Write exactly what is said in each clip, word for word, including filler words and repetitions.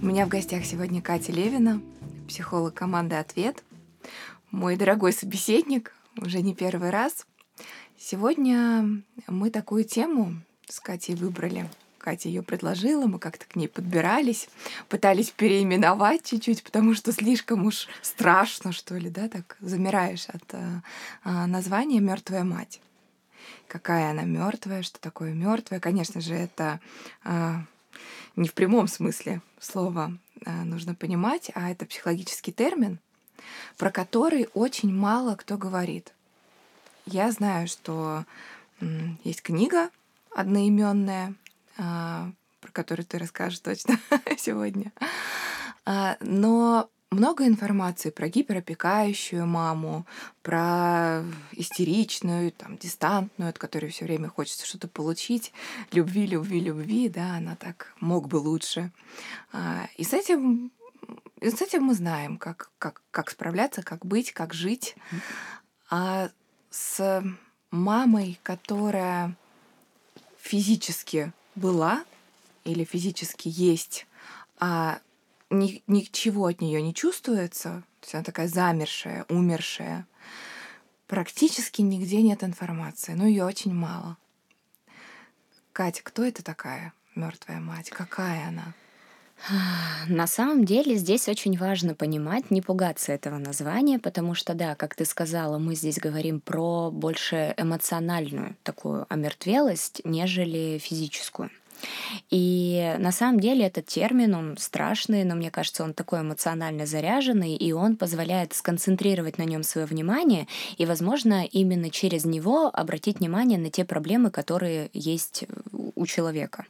меня в гостях сегодня Катя Левина, психолог команды «Ответ», мой дорогой собеседник, уже не первый раз. Сегодня мы такую тему с Катей выбрали. Катя ее предложила, мы как-то к ней подбирались, пытались переименовать чуть-чуть, потому что слишком уж страшно, что ли, да, так замираешь от а, названия «Мертвая мать». Какая она мертвая, что такое мертвая? Конечно же, это а, не в прямом смысле слова а, нужно понимать, а это психологический термин, про который очень мало кто говорит. Я знаю, что м, есть книга одноименная, а, про которую ты расскажешь точно сегодня. А, но много информации про гиперопекающую маму, про истеричную, там, дистантную, от которой все время хочется что-то получить, любви, любви, любви, да, она так мог бы лучше. А, и с этим, и с этим мы знаем, как, как, как справляться, как быть, как жить. А с мамой, которая физически была или физически есть, а ни, ничего от нее не чувствуется, то есть она такая замершая, умершая, практически нигде нет информации, но ее очень мало. Катя, кто это такая мертвая мать? Какая она? На самом деле здесь очень важно понимать, не пугаться этого названия, потому что, да, как ты сказала, мы здесь говорим про больше эмоциональную такую омертвелость, нежели физическую. И на самом деле этот термин, он страшный, но мне кажется, он такой эмоционально заряженный, и он позволяет сконцентрировать на нем свое внимание и, возможно, именно через него обратить внимание на те проблемы, которые есть у человека.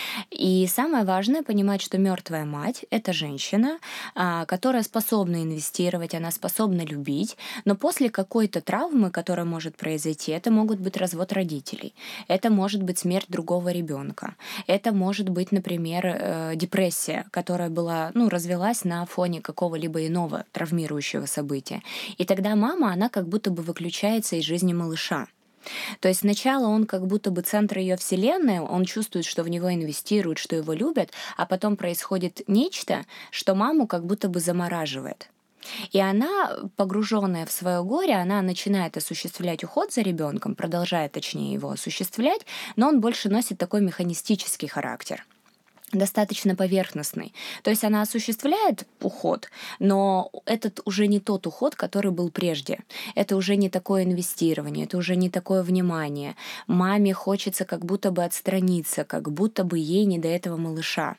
И самое важное понимать, что мертвая мать — это женщина, а, которая способна инвестировать, она способна любить, но после какой-то травмы, которая может произойти, это могут быть развод родителей, это может быть смерть другого ребенка, это может быть, например, э, депрессия, которая была, ну, развилась на фоне какого-либо иного травмирующего события. И тогда мама, она как будто бы выключается из жизни малыша. То есть сначала он как будто бы центр ее вселенной, он чувствует, что в него инвестируют, что его любят, а потом происходит нечто, что маму как будто бы замораживает. И она, погруженная в свое горе, она начинает осуществлять уход за ребенком, продолжает, точнее, его осуществлять, но он больше носит такой механистический характер, достаточно поверхностный. То есть она осуществляет уход, но этот уже не тот уход, который был прежде. Это уже не такое инвестирование, это уже не такое внимание. Маме хочется как будто бы отстраниться, как будто бы ей не до этого малыша.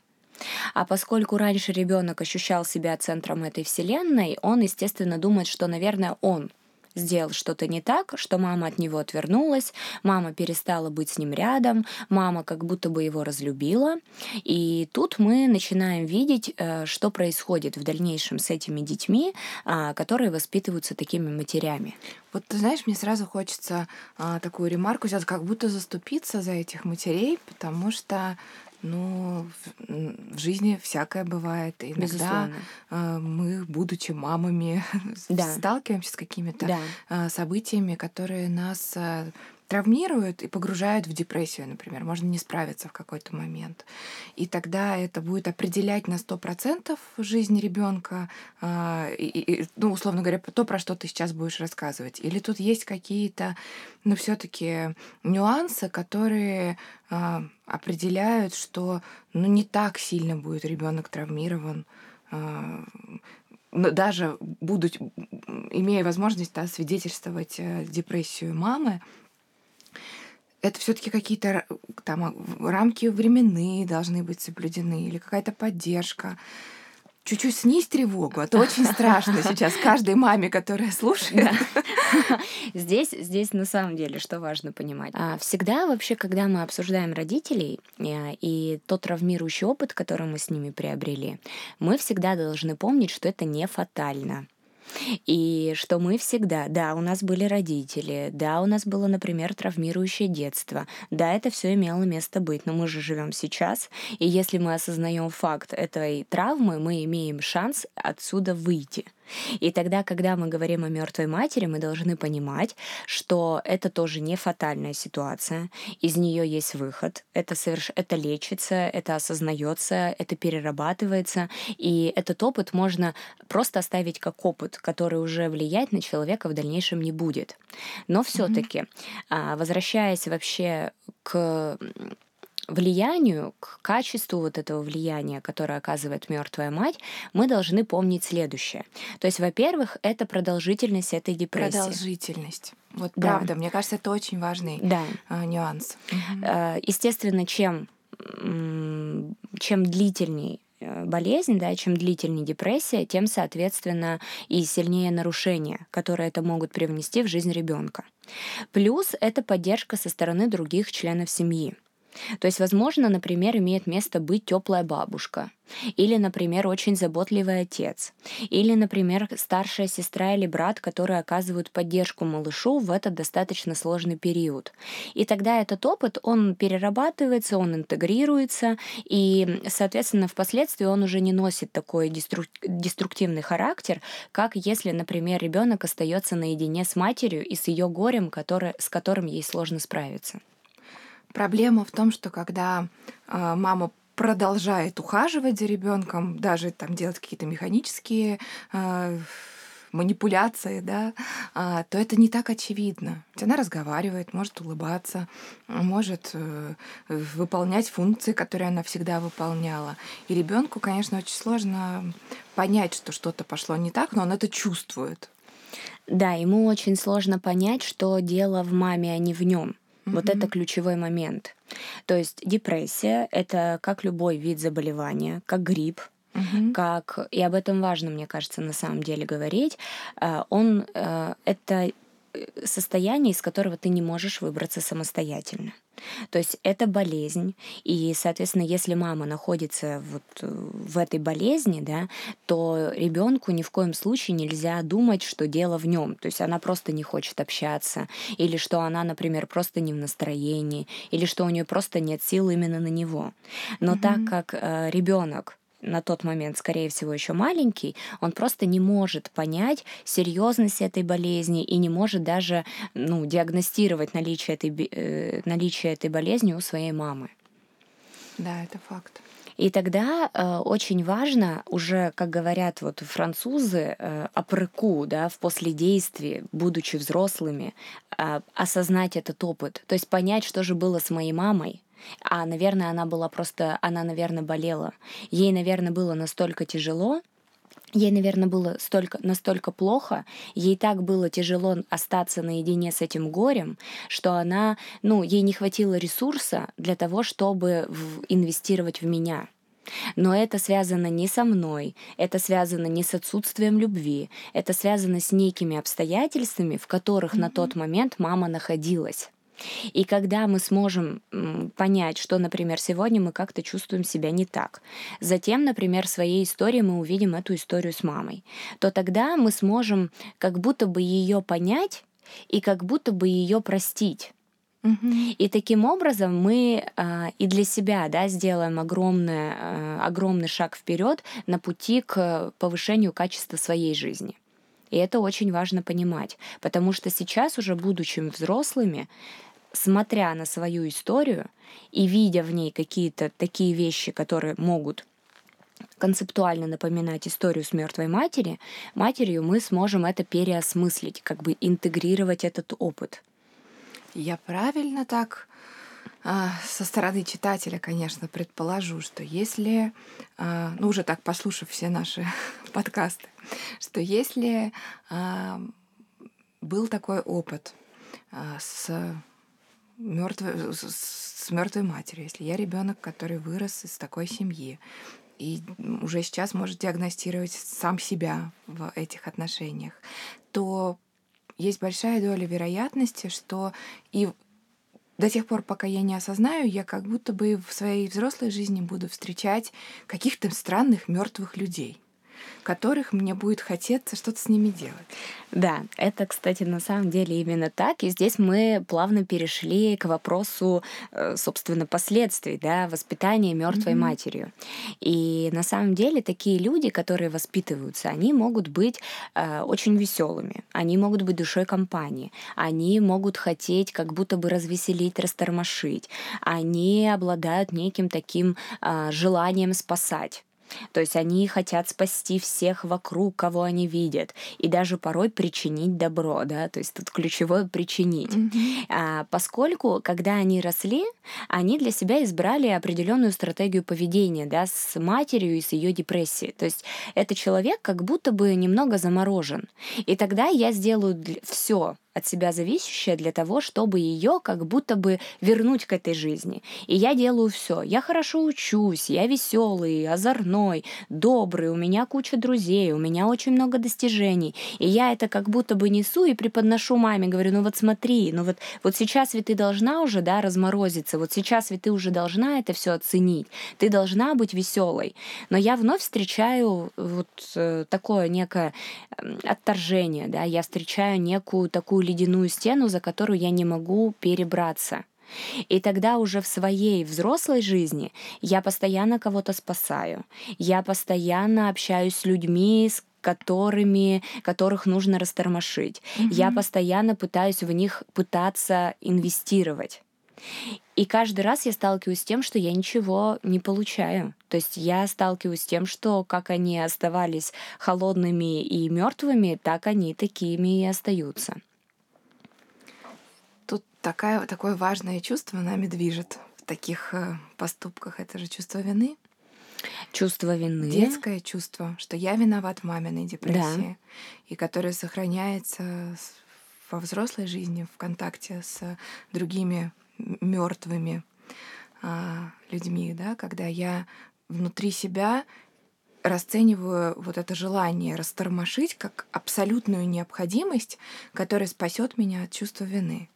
А поскольку раньше ребенок ощущал себя центром этой вселенной, он, естественно, думает, что, наверное, он сделал что-то не так, что мама от него отвернулась, мама перестала быть с ним рядом, мама как будто бы его разлюбила. И тут мы начинаем видеть, что происходит в дальнейшем с этими детьми, которые воспитываются такими матерями. Вот ты знаешь, мне сразу хочется а, такую ремарку сделать, как будто заступиться за этих матерей, потому что ну, в, в жизни всякое бывает. И иногда э, мы, будучи мамами, Да. сталкиваемся с какими-то Да. э, событиями, которые нас э, травмируют и погружают в депрессию, например. Можно не справиться в какой-то момент. И тогда это будет определять на сто процентов жизнь ребенка, э, и, и, ну, условно говоря, то, про что ты сейчас будешь рассказывать. Или тут есть какие-то, ну, все-таки нюансы, которые э, определяют, что ну, не так сильно будет ребенок травмирован, э, но даже будут, имея возможность да, свидетельствовать э, депрессию мамы, это все-таки какие-то там рамки временные должны быть соблюдены или какая-то поддержка. Чуть-чуть снизь тревогу, а то очень страшно сейчас каждой маме, которая слушает. Да. Здесь, здесь на самом деле, что важно понимать. Всегда вообще, когда мы обсуждаем родителей и тот травмирующий опыт, который мы с ними приобрели, мы всегда должны помнить, что это не фатально. И что мы всегда, да, у нас были родители, да, у нас было, например, травмирующее детство, да, это все имело место быть, но мы же живем сейчас, и если мы осознаем факт этой травмы, мы имеем шанс отсюда выйти. И тогда, когда мы говорим о мертвой матери, мы должны понимать, что это тоже не фатальная ситуация, из нее есть выход, это, соверш... это лечится, это осознается, это перерабатывается, и этот опыт можно просто оставить как опыт, который уже влиять на человека в дальнейшем не будет. Но все-таки, возвращаясь вообще к влиянию, к качеству вот этого влияния, которое оказывает мертвая мать, мы должны помнить следующее. То есть, во-первых, это продолжительность этой депрессии. Продолжительность. Вот Да. правда, мне кажется, это очень важный Да. а, нюанс. Угу. Естественно, чем, чем длительней болезнь, да, чем длительнее депрессия, тем, соответственно, и сильнее нарушения, которые это могут привнести в жизнь ребенка. Плюс это поддержка со стороны других членов семьи. То есть, возможно, например, имеет место быть теплая бабушка, или, например, очень заботливый отец, или, например, старшая сестра или брат, которые оказывают поддержку малышу в этот достаточно сложный период. И тогда этот опыт, он перерабатывается, он интегрируется, и, соответственно, впоследствии он уже не носит такой деструктивный характер, как если, например, ребенок остается наедине с матерью и с ее горем, который, с которым ей сложно справиться. Проблема в том, что когда э, мама продолжает ухаживать за ребенком, даже там делать какие-то механические э, манипуляции, да, э, то это не так очевидно. Ведь она разговаривает, может улыбаться, может э, выполнять функции, которые она всегда выполняла. И ребенку, конечно, очень сложно понять, что что-то пошло не так, но он это чувствует. Да, ему очень сложно понять, что дело в маме, а не в нем. Вот mm-hmm. это ключевой момент. То есть депрессия — это как любой вид заболевания, как грипп, mm-hmm. как, и об этом важно, мне кажется, на самом деле говорить. Он — это состояние, из которого ты не можешь выбраться самостоятельно. То есть это болезнь, и, соответственно, если мама находится вот в этой болезни, да, то ребенку ни в коем случае нельзя думать, что дело в нем. То есть она просто не хочет общаться, или что она, например, просто не в настроении, или что у нее просто нет сил именно на него. Но mm-hmm. так как э, ребенок на тот момент, скорее всего, еще маленький, он просто не может понять серьезность этой болезни и не может даже ну, диагностировать наличие этой, э, наличие этой болезни у своей мамы. Да, это факт. И тогда э, очень важно уже, как говорят вот французы, э, апреку, да, в последействии, будучи взрослыми, э, осознать этот опыт, то есть понять, что же было с моей мамой. А, наверное, она была просто, она, наверное, болела. Ей, наверное, было настолько тяжело, ей, наверное, было столько, настолько плохо, ей так было тяжело остаться наедине с этим горем, что она, ну, ей не хватило ресурса для того, чтобы в, инвестировать в меня. Но это связано не со мной, это связано не с отсутствием любви, это связано с некими обстоятельствами, в которых mm-hmm. на тот момент мама находилась. И когда мы сможем понять, что, например, сегодня мы как-то чувствуем себя не так, затем, например, в своей истории мы увидим эту историю с мамой, то тогда мы сможем как будто бы ее понять и как будто бы ее простить. Mm-hmm. И таким образом мы а, и для себя, да, сделаем огромный, а, огромный шаг вперед на пути к повышению качества своей жизни. И это очень важно понимать, потому что сейчас, уже будучи взрослыми, смотря на свою историю и видя в ней какие-то такие вещи, которые могут концептуально напоминать историю с мертвой матери, матерью, мы сможем это переосмыслить, как бы интегрировать этот опыт. Я правильно так со стороны читателя, конечно, предположу, что если, ну уже так послушав все наши подкасты, что если был такой опыт с мертвой, с мертвой матерью, если я ребенок, который вырос из такой семьи и уже сейчас может диагностировать сам себя в этих отношениях, то есть большая доля вероятности, что и до тех пор, пока я не осознаю, я как будто бы в своей взрослой жизни буду встречать каких-то странных мертвых людей. которых мне будет хотеться что-то с ними делать. Да, это, кстати, на самом деле именно так. И здесь мы плавно перешли к вопросу, э, собственно, последствий, да, воспитания мертвой Мгм. матерью. И на самом деле такие люди, которые воспитываются, они могут быть э, очень веселыми, они могут быть душой компании, они могут хотеть как будто бы развеселить, растормошить, они обладают неким таким а, желанием спасать. То есть они хотят спасти всех вокруг, кого они видят, и даже порой причинить добро, да, то есть тут ключевое причинить. Мгм. А, поскольку, когда они росли, они для себя избрали определенную стратегию поведения, да, с матерью и с ее депрессией. То есть этот человек как будто бы немного заморожен. И тогда я сделаю все от себя зависящее для того, чтобы ее как будто бы вернуть к этой жизни. И я делаю все. Я хорошо учусь, я веселый, озорной, добрый, у меня куча друзей, у меня очень много достижений. И я это как будто бы несу и преподношу маме, говорю, ну вот смотри, ну вот, вот сейчас ведь ты должна уже, да, разморозиться, вот сейчас ведь ты уже должна это все оценить, ты должна быть веселой. Но я вновь встречаю вот э, такое некое м, отторжение, да, я встречаю некую такую ледяную стену, за которую я не могу перебраться. И тогда уже в своей взрослой жизни я постоянно кого-то спасаю, я постоянно общаюсь с людьми, с которыми, которых нужно растормошить. Я Мгм. постоянно пытаюсь в них пытаться инвестировать. И каждый раз я сталкиваюсь с тем, что я ничего не получаю. То есть я сталкиваюсь с тем, что как они оставались холодными и мертвыми, так они такими и остаются. Тут такая, такое важное чувство нами движет в таких э, поступках. Это же чувство вины. Чувство вины. Детское чувство, что я виноват в маминой Да. депрессии, и которое сохраняется с- во взрослой жизни в контакте с другими мертвыми людьми, да, когда я внутри себя расцениваю вот это желание растормошить как абсолютную необходимость, которая спасет меня от чувства вины.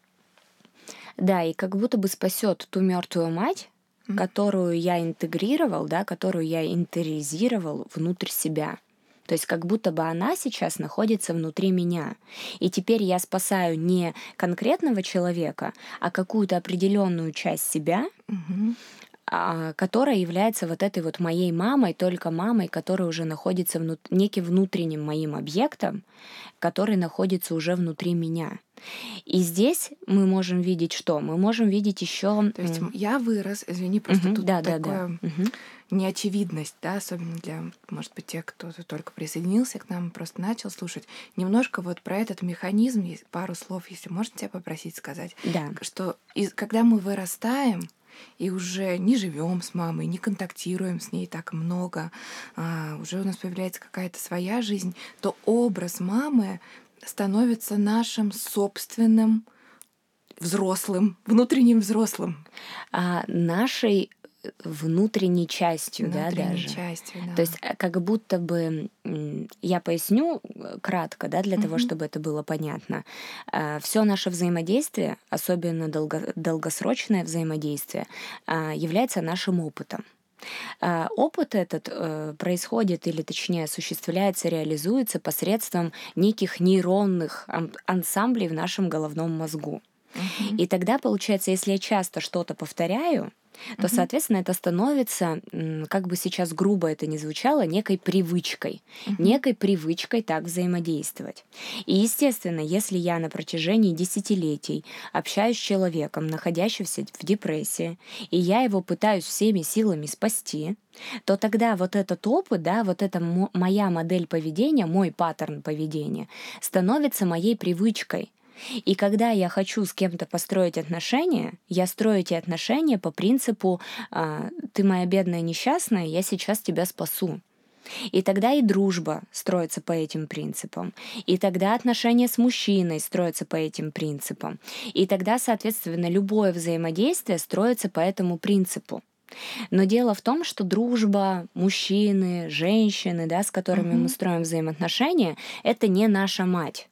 Да, и как будто бы спасет ту мертвую мать, М. которую я интегрировал, да, которую я интеризировал внутрь себя. То есть как будто бы она сейчас находится внутри меня. И теперь я спасаю не конкретного человека, а какую-то определенную часть себя, Мгм. а, которая является вот этой вот моей мамой, только мамой, которая уже находится внут... неким внутренним моим объектом, который находится уже внутри меня. И здесь мы можем видеть что? Мы можем видеть еще... То есть м, я вырос, извини, просто тут Да, да, да. такое неочевидность, да, особенно для, может быть, тех, кто только присоединился к нам, просто начал слушать. Немножко вот про этот механизм, есть пару слов, если можно тебя попросить сказать, Да. что из, когда мы вырастаем и уже не живем с мамой, не контактируем с ней так много, а, уже у нас появляется какая-то своя жизнь, то образ мамы становится нашим собственным взрослым, внутренним взрослым. А, нашей э, внутренней частью, да, Внутренней даже. частью, да. То есть э, как будто бы, м, я поясню э, кратко, да, для того, Мгм. чтобы это было понятно. Все наше взаимодействие, особенно долго- долгосрочное взаимодействие, а, является нашим опытом. А, Опыт этот э, происходит, или точнее осуществляется, реализуется посредством неких нейронных ам- ансамблей в нашем головном мозгу. Мгм. И тогда, получается, если я часто что-то повторяю, то, Мгм. соответственно, это становится, м, как бы сейчас грубо это ни звучало, некой привычкой. Мгм. Некой привычкой так взаимодействовать. И, естественно, если я на протяжении десятилетий общаюсь с человеком, находящимся в депрессии, и я его пытаюсь всеми силами спасти, то тогда вот этот опыт, да, вот эта мо- моя модель поведения, мой паттерн поведения становится моей привычкой. И когда я хочу с кем-то построить отношения, я строю эти отношения по принципу а, «ты моя бедная несчастная, я сейчас тебя спасу». И тогда и дружба строится по этим принципам. И тогда отношения с мужчиной строятся по этим принципам. И тогда, соответственно, любое взаимодействие строится по этому принципу. Но дело в том, что дружба, мужчины, женщины, да, с которыми мы Мгм. строим взаимоотношения, это не наша мать.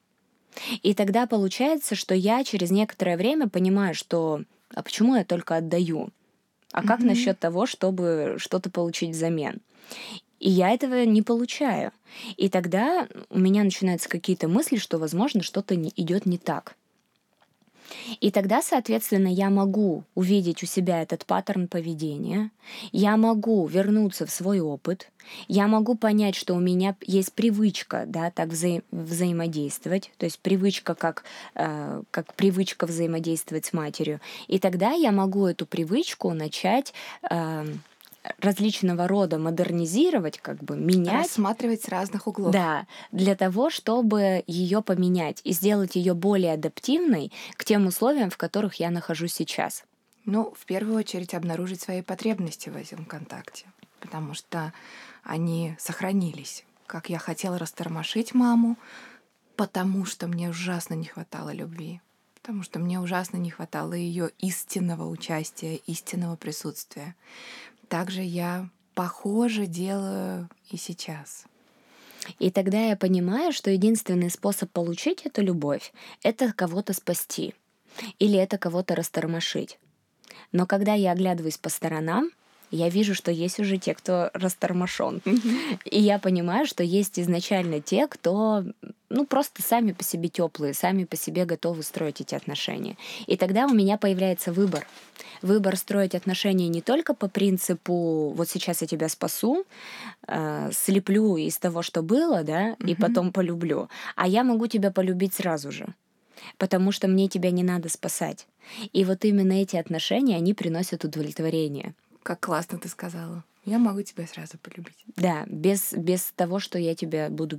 И тогда получается, что я через некоторое время понимаю, что а почему я только отдаю? А как Мгм. насчет того, чтобы что-то получить взамен? И я этого не получаю. И тогда у меня начинаются какие-то мысли, что, возможно, что-то не, идет не так. И тогда, соответственно, я могу увидеть у себя этот паттерн поведения, я могу вернуться в свой опыт, я могу понять, что у меня есть привычка, да, так вза- взаимодействовать, то есть привычка как, э, как привычка взаимодействовать с матерью. И тогда я могу эту привычку начать э, различного рода модернизировать, как бы менять. Рассматривать с разных углов. Да, для того, чтобы ее поменять и сделать ее более адаптивной к тем условиям, в которых я нахожусь сейчас. Ну, в первую очередь, обнаружить свои потребности в этом контакте, потому что они сохранились. Как я хотела растормошить маму, потому что мне ужасно не хватало любви, потому что мне ужасно не хватало ее истинного участия, истинного присутствия. Также я, похоже, делаю и сейчас. И тогда я понимаю, что единственный способ получить эту любовь — это кого-то спасти или это кого-то растормошить. Но когда я оглядываюсь по сторонам, я вижу, что есть уже те, кто растормошен. И я понимаю, что есть изначально те, кто ну, просто сами по себе теплые, сами по себе готовы строить эти отношения. И тогда у меня появляется выбор. Выбор строить отношения не только по принципу «вот сейчас я тебя спасу, э, слеплю из того, что было, да, и потом полюблю», а я могу тебя полюбить сразу же, потому что мне тебя не надо спасать. И вот именно эти отношения, они приносят удовлетворение. Как классно ты сказала. Я могу тебя сразу полюбить. Да, без, без того, что я тебя буду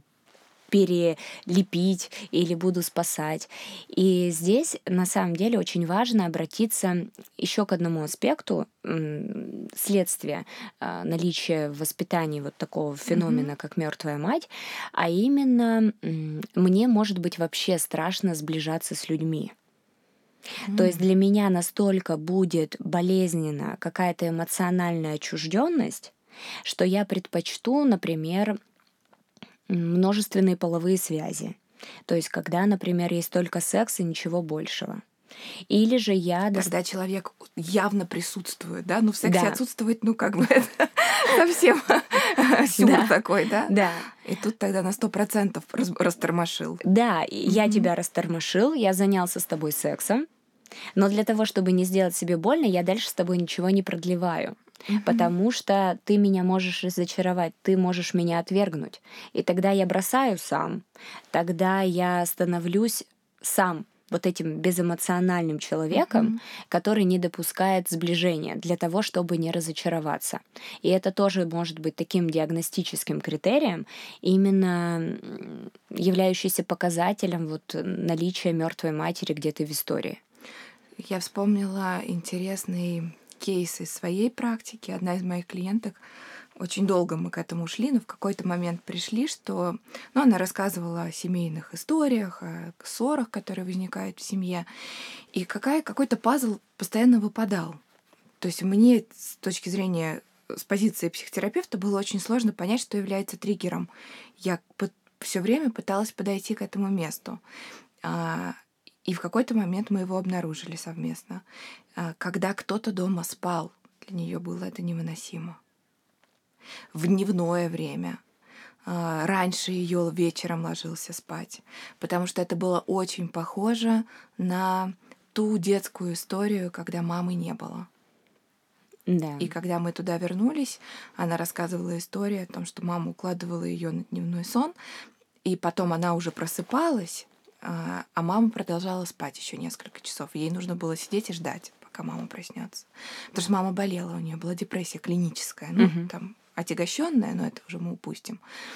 перелепить или буду спасать. И здесь на самом деле очень важно обратиться еще к одному аспекту м, следствия а, наличия в воспитании вот такого феномена, как мертвая мать, а именно м, мне может быть вообще страшно сближаться с людьми. То есть для меня настолько будет болезненна какая-то эмоциональная отчужденность, что я предпочту, например, множественные половые связи. То есть когда, например, есть только секс и ничего большего. Или же я... Когда человек явно присутствует, да? Ну, в сексе Да. отсутствовать, ну, как бы это совсем сюр Да. такой, да? Да. И тут тогда на сто процентов растормошил. Да, я тебя растормошил, я занялся с тобой сексом, но для того, чтобы не сделать себе больно, я дальше с тобой ничего не продлеваю. Потому что ты меня можешь разочаровать, ты можешь меня отвергнуть. И тогда я бросаю сам, тогда я становлюсь сам вот этим безэмоциональным человеком, который не допускает сближения для того, чтобы не разочароваться. И это тоже может быть таким диагностическим критерием, именно являющийся показателем вот наличия мертвой матери где-то в истории. Я вспомнила интересный кейс из своей практики. Одна из моих клиенток, очень долго мы к этому шли, но в какой-то момент пришли, что ну, она рассказывала о семейных историях, о ссорах, которые возникают в семье, и какая, какой-то пазл постоянно выпадал. То есть мне с точки зрения, с позиции психотерапевта было очень сложно понять, что является триггером. Я все время пыталась подойти к этому месту. И в какой-то момент мы его обнаружили совместно. Когда кто-то дома спал, для нее было это невыносимо. В дневное время. Раньше ее вечером ложился спать, потому что это было очень похоже на ту детскую историю, когда мамы не было. Да. И когда мы туда вернулись, она рассказывала историю о том, что мама укладывала ее на дневной сон, и потом она уже просыпалась, а мама продолжала спать еще несколько часов. Ей нужно было сидеть и ждать, пока мама проснется. Потому что мама болела, у нее была депрессия клиническая, ну, Мгм. там, отягощенная, но это уже мы упустим.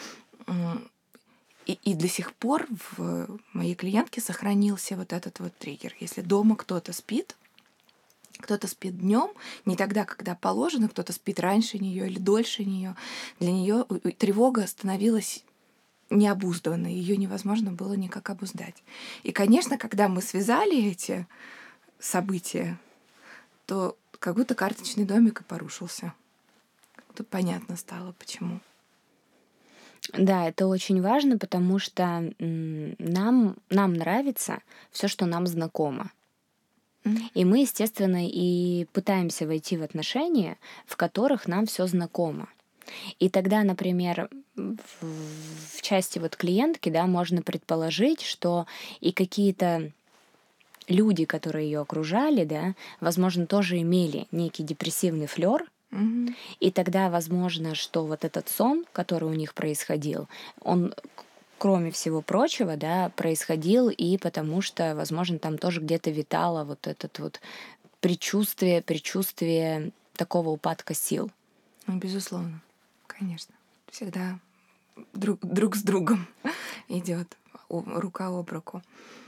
И, и до сих пор в моей клиентке сохранился вот этот вот триггер. Если дома кто-то спит, кто-то спит днем, не тогда, когда положено, кто-то спит раньше нее или дольше нее, для нее тревога становилась необузданной, ее невозможно было никак обуздать. И, конечно, когда мы связали эти события, то как будто карточный домик и порушился. Тут понятно стало, почему. Да, это очень важно, потому что нам, нам нравится все, что нам знакомо. И мы, естественно, и пытаемся войти в отношения, в которых нам все знакомо. И тогда, например, в, в части вот клиентки, да, можно предположить, что и какие-то люди, которые ее окружали, да, возможно, тоже имели некий депрессивный флер, Мгм. и тогда возможно, что вот этот сон, который у них происходил, он, к- кроме всего прочего, да, происходил и потому что, возможно, там тоже где-то витало вот этот вот предчувствие, предчувствие такого упадка сил. Ну, безусловно, конечно. Всегда друг, друг с другом идет рука об руку.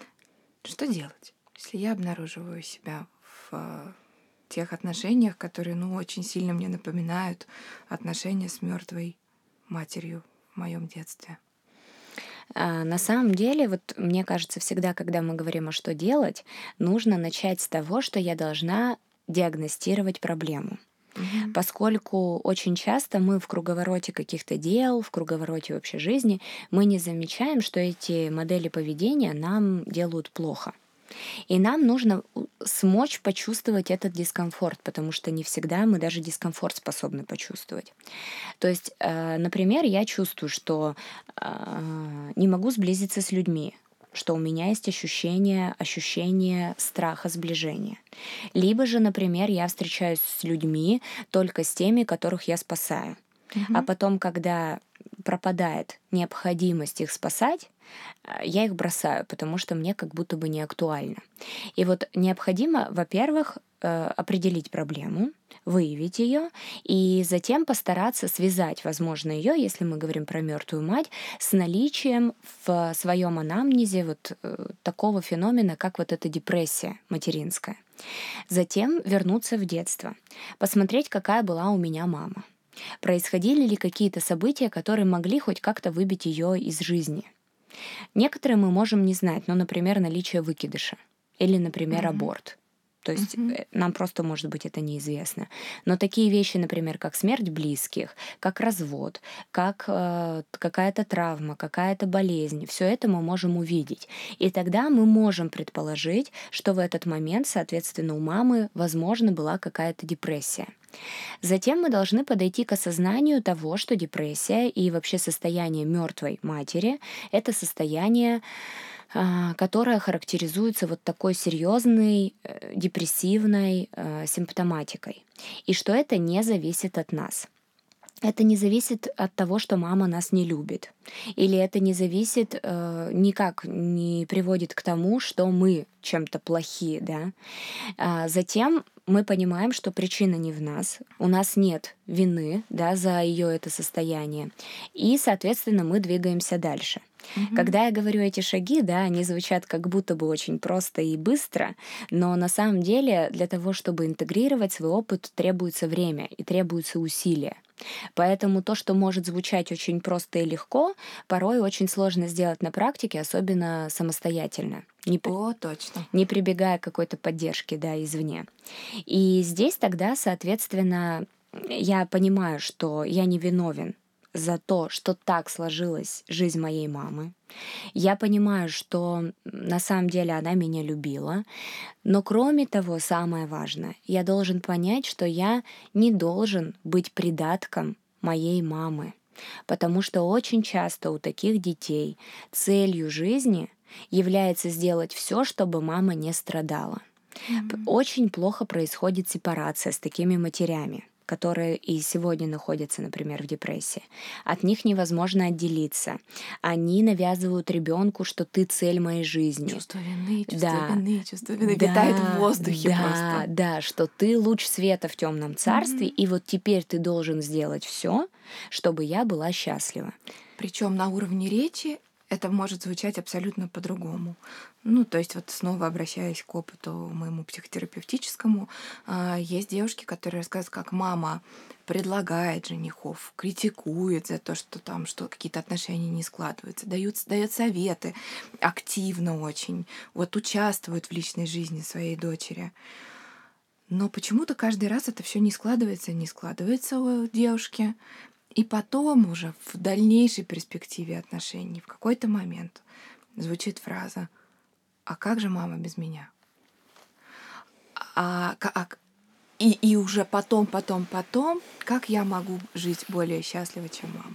Что делать, если я обнаруживаю себя в э, тех отношениях, которые, ну, очень сильно мне напоминают отношения с мертвой матерью в моем детстве? А, На самом деле, вот мне кажется, всегда, когда мы говорим, а что делать, нужно начать с того, что я должна диагностировать проблему. Мгм. Поскольку очень часто мы в круговороте каких-то дел, в круговороте вообще жизни, мы не замечаем, что эти модели поведения нам делают плохо. И нам нужно у- смочь почувствовать этот дискомфорт, потому что не всегда мы даже дискомфорт способны почувствовать. То есть, э, например, я чувствую, что а, не могу сблизиться с людьми, что у меня есть ощущение, ощущение страха сближения. Либо же, например, я встречаюсь с людьми только с теми, которых я спасаю. А Мгм. потом, когда пропадает необходимость их спасать, а, я их бросаю, потому что мне как будто бы не актуально. И вот необходимо, во-первых, э, определить проблему, выявить ее, и затем постараться связать, возможно, ее, если мы говорим про мертвую мать, с наличием в своем анамнезе вот э, такого феномена, как вот эта депрессия материнская. Затем вернуться в детство, посмотреть, какая была у меня мама. Происходили ли какие-то события, которые могли хоть как-то выбить ее из жизни. Некоторые мы можем не знать, ну, например, наличие выкидыша или, например, Мгм. аборт. То есть Мгм. э, нам просто, может быть, это неизвестно. Но такие вещи, например, как смерть близких, как развод, как э, какая-то травма, какая-то болезнь, все это мы можем увидеть. И тогда мы можем предположить, что в этот момент, соответственно, у мамы, возможно, была какая-то депрессия. Затем мы должны подойти к осознанию того, что депрессия и вообще состояние мертвой матери — это состояние, а, которое характеризуется вот такой серьезной э, депрессивной э, симптоматикой, и что это не зависит от нас. Это не зависит от того, что мама нас не любит. Или это не зависит, э, никак не приводит к тому, что мы чем-то плохие, да. А, затем мы понимаем, что причина не в нас, у нас нет вины, да, за ее это состояние, и, соответственно, мы двигаемся дальше. Мгм. Когда я говорю эти шаги, да, они звучат как будто бы очень просто и быстро, но на самом деле для того, чтобы интегрировать свой опыт, требуется время и требуются усилия. Поэтому то, что может звучать очень просто и легко, порой очень сложно сделать на практике, особенно самостоятельно, не, при- О, точно. не прибегая к какой-то поддержке, да, извне. И здесь тогда, соответственно, я понимаю, что я не виновен за то, что так сложилась жизнь моей мамы. Я понимаю, что м, на самом деле она меня любила. Но кроме того, самое важное, я должен понять, что я не должен быть придатком моей мамы. Потому что очень часто у таких детей целью жизни является сделать все, чтобы мама не страдала. П- Мгм. Очень плохо происходит сепарация с такими матерями, которые и сегодня находятся, например, в депрессии. От них невозможно отделиться. Они навязывают ребенку, что ты цель моей жизни. Чувство вины, чувство Да, вины, чувство вины витает в да, воздухе да, просто. да, что ты луч света в темном царстве, Мгм. и вот теперь ты должен сделать все, чтобы я была счастлива. Причем на уровне речи это может звучать абсолютно по-другому. Ну, то есть вот снова обращаясь к опыту моему психотерапевтическому, а, есть девушки, которые рассказывают, как мама предлагает женихов, критикует за то, что там что какие-то отношения не складываются, дают, дает советы активно очень, вот участвует в личной жизни своей дочери. Но почему-то каждый раз это все не складывается, не складывается у девушки. И потом уже в дальнейшей перспективе отношений в какой-то момент звучит фраза: «А как же мама без меня? А, ка- а, И, и уже потом, потом, потом, как я могу жить более счастливо, чем мама.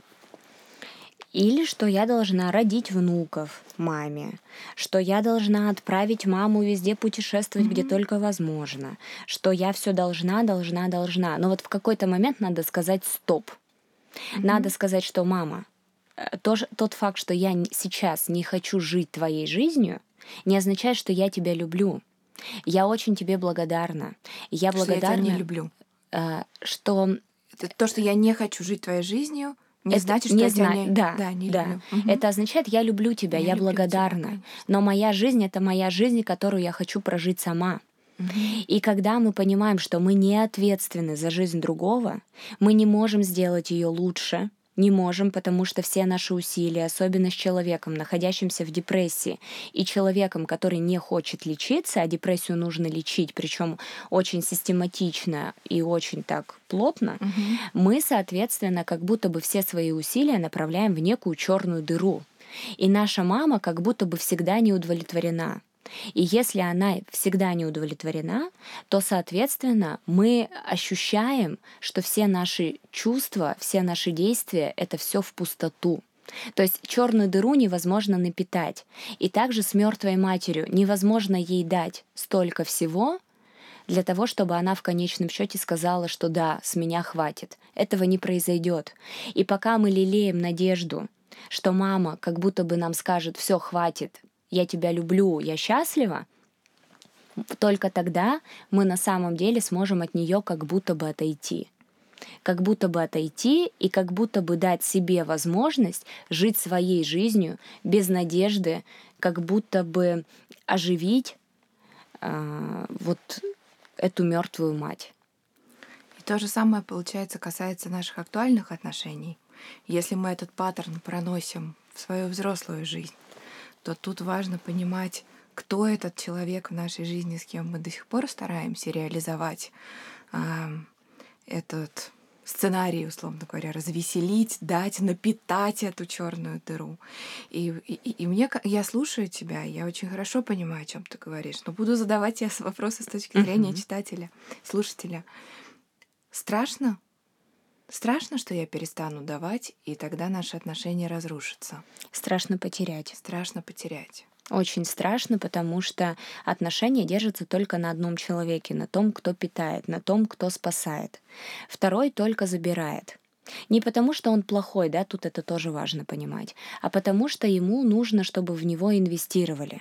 Или что я должна родить внуков маме, что я должна отправить маму везде путешествовать, mm-hmm. где только возможно, что я все должна, должна, должна. Но вот в какой-то момент надо сказать стоп. Mm-hmm. Надо сказать, что мама, тоже, тот факт, что я сейчас не хочу жить твоей жизнью, не означает, что я тебя люблю. Я очень тебе благодарна. Я что благодарна, я тебя не люблю. Что... То, что я не хочу жить твоей жизнью, не это значит, что не я зна... тебя не, да, да, не да. люблю. Угу. Это означает, я люблю тебя, я, я люблю благодарна. Тебя, но моя жизнь — это моя жизнь, которую я хочу прожить сама. Угу. И когда мы понимаем, что мы не ответственны за жизнь другого, мы не можем сделать ее лучше, не можем, потому что все наши усилия, особенно с человеком, находящимся в депрессии, и человеком, который не хочет лечиться, а депрессию нужно лечить, причем очень систематично и очень так плотно, угу. мы, соответственно, как будто бы все свои усилия направляем в некую черную дыру. И наша мама как будто бы всегда не удовлетворена. И если она всегда не удовлетворена, то, соответственно, мы ощущаем, что все наши чувства, все наши действия — это все в пустоту. То есть черную дыру невозможно напитать. И также с мертвой матерью невозможно ей дать столько всего для того, чтобы она в конечном счете сказала, что да, с меня хватит. Этого не произойдет. И пока мы лелеем надежду, что мама как будто бы нам скажет: все, хватит, я тебя люблю, я счастлива, только тогда мы на самом деле сможем от нее как будто бы отойти. Как будто бы отойти и как будто бы дать себе возможность жить своей жизнью без надежды, как будто бы оживить э, вот эту мертвую мать. И то же самое, получается, касается наших актуальных отношений. Если мы этот паттерн проносим в свою взрослую жизнь, то тут важно понимать, кто этот человек в нашей жизни, с кем мы до сих пор стараемся реализовать э, этот сценарий, условно говоря, развеселить, дать, напитать эту черную дыру. И, и, и мне, я слушаю тебя, я очень хорошо понимаю, о чем ты говоришь, но буду задавать тебе вопросы с точки зрения uh-huh. читателя, слушателя. Страшно? Страшно, что я перестану давать, и тогда наши отношения разрушатся. Страшно потерять. Страшно потерять. Очень страшно, потому что отношения держатся только на одном человеке, на том, кто питает, на том, кто спасает. Второй только забирает. Не потому, что он плохой, да, тут это тоже важно понимать, а потому что ему нужно, чтобы в него инвестировали.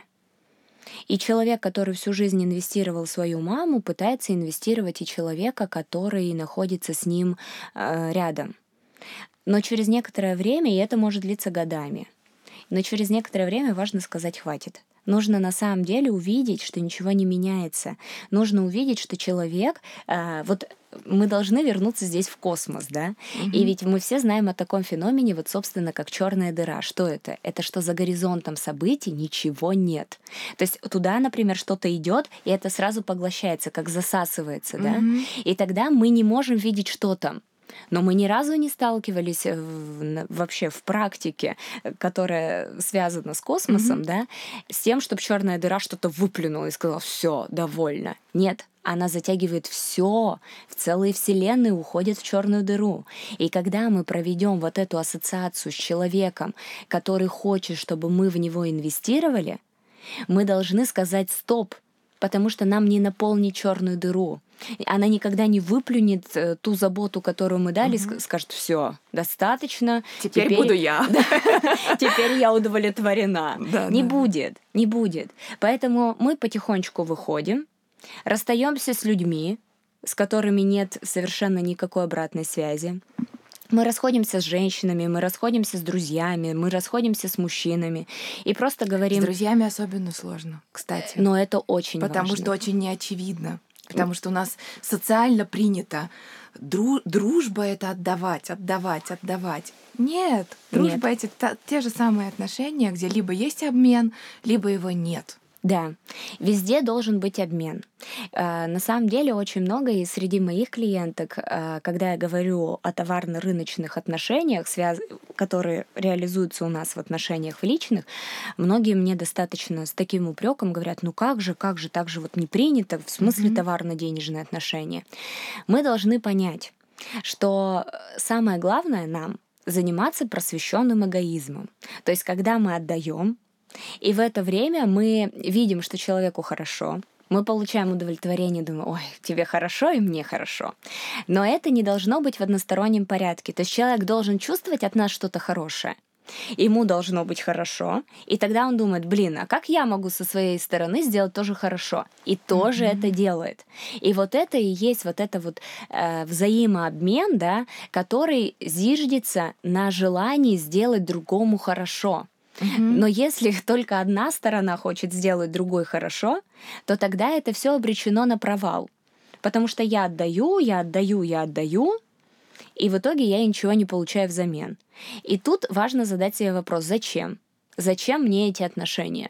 И человек, который всю жизнь инвестировал в свою маму, пытается инвестировать и человека, который находится с ним э, рядом. Но через некоторое время, и это может длиться годами, но через некоторое время важно сказать «хватит». Нужно на самом деле увидеть, что ничего не меняется. Нужно увидеть, что человек... Э, вот мы должны вернуться здесь в космос, да? Mm-hmm. И ведь мы все знаем о таком феномене, вот, собственно, как черная дыра. Что это? Это что за горизонтом событий ничего нет. То есть туда, например, что-то идет, и это сразу поглощается, как засасывается, mm-hmm. да? И тогда мы не можем видеть, что там. Но мы ни разу не сталкивались в, вообще в практике, которая связана с космосом, mm-hmm. да, с тем, чтобы черная дыра что-то выплюнула и сказала: все, довольно. Нет, она затягивает все, в целые вселенные уходит в черную дыру. И когда мы проведем вот эту ассоциацию с человеком, который хочет, чтобы мы в него инвестировали, мы должны сказать стоп, потому что нам не наполнить черную дыру. Она никогда не выплюнет ту заботу, которую мы дали, угу. скажет: все, достаточно. Теперь, теперь буду я. Теперь я удовлетворена. Да, не да. будет, не будет. Поэтому мы потихонечку выходим, расстаемся с людьми, с которыми нет совершенно никакой обратной связи. Мы расходимся с женщинами, мы расходимся с друзьями, мы расходимся с мужчинами и просто говорим... С друзьями особенно сложно, кстати. Но это очень Потому важно. что очень неочевидно. Потому что у нас социально принято дру- дружба — это отдавать, отдавать, отдавать. Нет, дружба — это та- те же самые отношения, где либо есть обмен, либо его нет. Да, везде должен быть обмен. Э, На самом деле очень много и среди моих клиенток, э, когда я говорю о товарно-рыночных отношениях, связ- которые реализуются у нас в отношениях в личных, многие мне достаточно с таким упреком говорят, ну как же, как же, так же вот не принято, в смысле Мгм. товарно-денежные отношения. Мы должны понять, что э, самое главное нам заниматься просвещенным эгоизмом. То есть, когда мы отдаем, и в это время мы видим, что человеку хорошо, мы получаем удовлетворение, думаем, ой, тебе хорошо и мне хорошо. Но это не должно быть в одностороннем порядке. То есть человек должен чувствовать от нас что-то хорошее. Ему должно быть хорошо, и тогда он думает, блин, а как я могу со своей стороны сделать тоже хорошо? И тоже это Мгм. делает. И вот это и есть вот это вот э, взаимообмен, да, который зиждется на желании сделать другому хорошо. Мгм. Но если только одна сторона хочет сделать другой хорошо, то тогда это все обречено на провал. Потому что я отдаю, я отдаю, я отдаю, и в итоге я ничего не получаю взамен. И тут важно задать себе вопрос, зачем? Зачем мне эти отношения?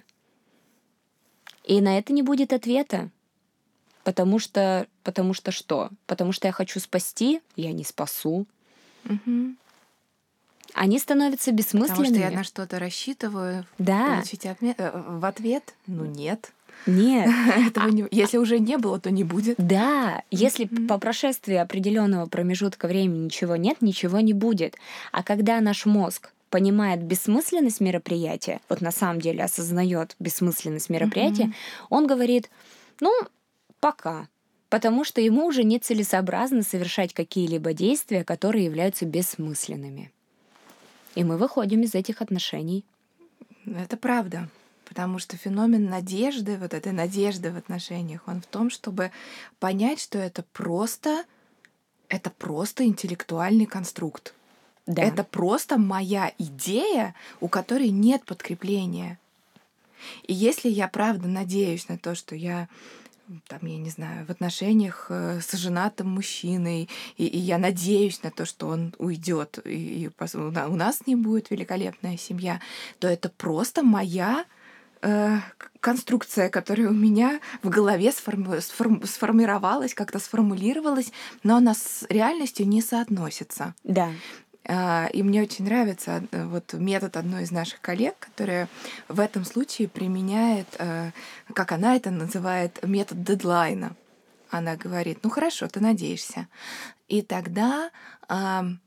И на это не будет ответа. Потому что, потому что что? Потому что я хочу спасти, я не спасу. Мгм. Они становятся Потому что я бессмысленными. на что-то рассчитываю Да, получить обме- э, в ответ. Ну нет. нет. Этого не... Если уже не было, то не будет. Да, если п- Мгм. по прошествии определенного промежутка времени ничего нет, ничего не будет. А когда наш мозг понимает бессмысленность мероприятия, вот на самом деле осознает бессмысленность мероприятия, Мгм. он говорит, ну, пока. Потому что ему уже нецелесообразно совершать какие-либо действия, которые являются бессмысленными. И мы выходим из этих отношений. Это правда. Потому что феномен надежды, вот этой надежды в отношениях, он в том, чтобы понять, что это просто, это просто интеллектуальный конструкт. Да, Это просто моя идея, у которой нет подкрепления. И если я правда надеюсь на то, что я м, там, я не знаю, в отношениях э, с женатым мужчиной, и, и я надеюсь на то, что он уйдет, и, и пос- у на- у нас с ним будет великолепная семья, то это просто моя э, к- конструкция, которая у меня в голове сформи- сформ- сформировалась, как-то сформулировалась, но она с реальностью не соотносится. да. А, И мне очень нравится э, вот метод одной из наших коллег, которая в этом случае применяет, э, как она это называет, метод дедлайна. Она говорит, ну хорошо, ты надеешься. И тогда, ам,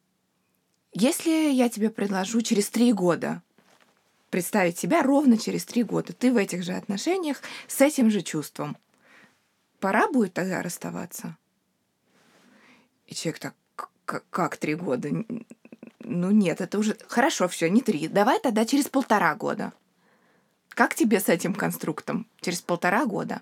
если я тебе предложу через три года представить себя ровно через три года, ты в этих же отношениях с этим же чувством, пора будет тогда расставаться? И человек так, «К- к- как три года? Н- Ну нет, это уже... Хорошо, все, не три. Давай тогда через полтора года. Как тебе с этим конструктом через полтора года?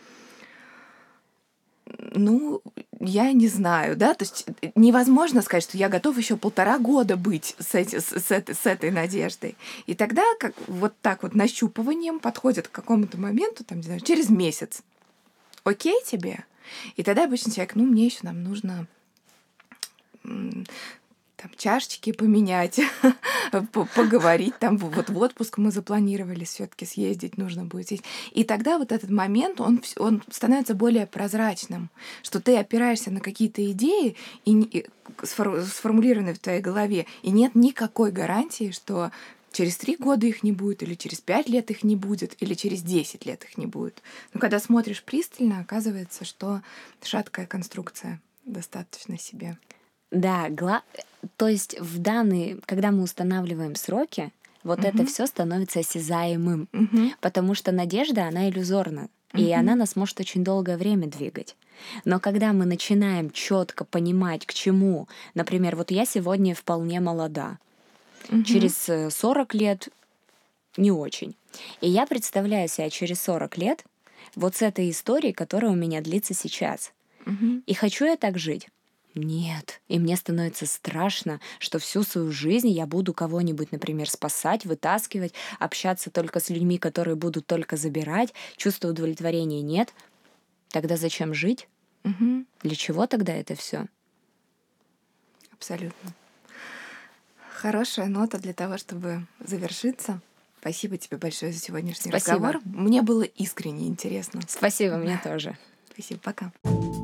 Ну, я не знаю, да, то есть э, невозможно сказать, что я готов еще полтора года быть с, эти, с, с этой, с этой надеждой. И тогда как вот так вот нащупыванием подходит к какому-то моменту, там, не знаю, через месяц. Окей тебе? И тогда обычно человек, ну, мне еще нам нужно м, там чашечки поменять, по- поговорить, там в- вот в отпуск мы запланировали все таки съездить, нужно будет здесь. И тогда вот этот момент, он, вс- он становится более прозрачным, что ты опираешься на какие-то идеи, и, не- и сфор- сформулированные в твоей голове, и нет никакой гарантии, что через три года их не будет, или через пять лет их не будет, или через десять лет их не будет. Но когда смотришь пристально, оказывается, что шаткая конструкция достаточно себе. Да, гла... то есть в данные, когда мы устанавливаем сроки, вот это Мгм. все становится осязаемым, Мгм. потому что надежда, она иллюзорна, и она Мгм. нас может очень долгое время двигать. Но когда мы начинаем четко понимать, к чему, например, вот я сегодня вполне молода, Мгм. через э, сорок лет не очень. И я представляю себя через сорок лет вот с этой историей, которая у меня длится сейчас. Мгм. И хочу я так жить? Нет. И мне становится страшно, что всю свою жизнь я буду кого-нибудь, например, спасать, вытаскивать, общаться только с людьми, которые будут только забирать, чувства удовлетворения нет. Тогда зачем жить? Мгм. Для чего тогда это все? Абсолютно. Хорошая нота для того, чтобы завершиться. Спасибо тебе большое за сегодняшний Спасибо. разговор. Мне было искренне интересно. Спасибо, мне тоже. Спасибо, пока.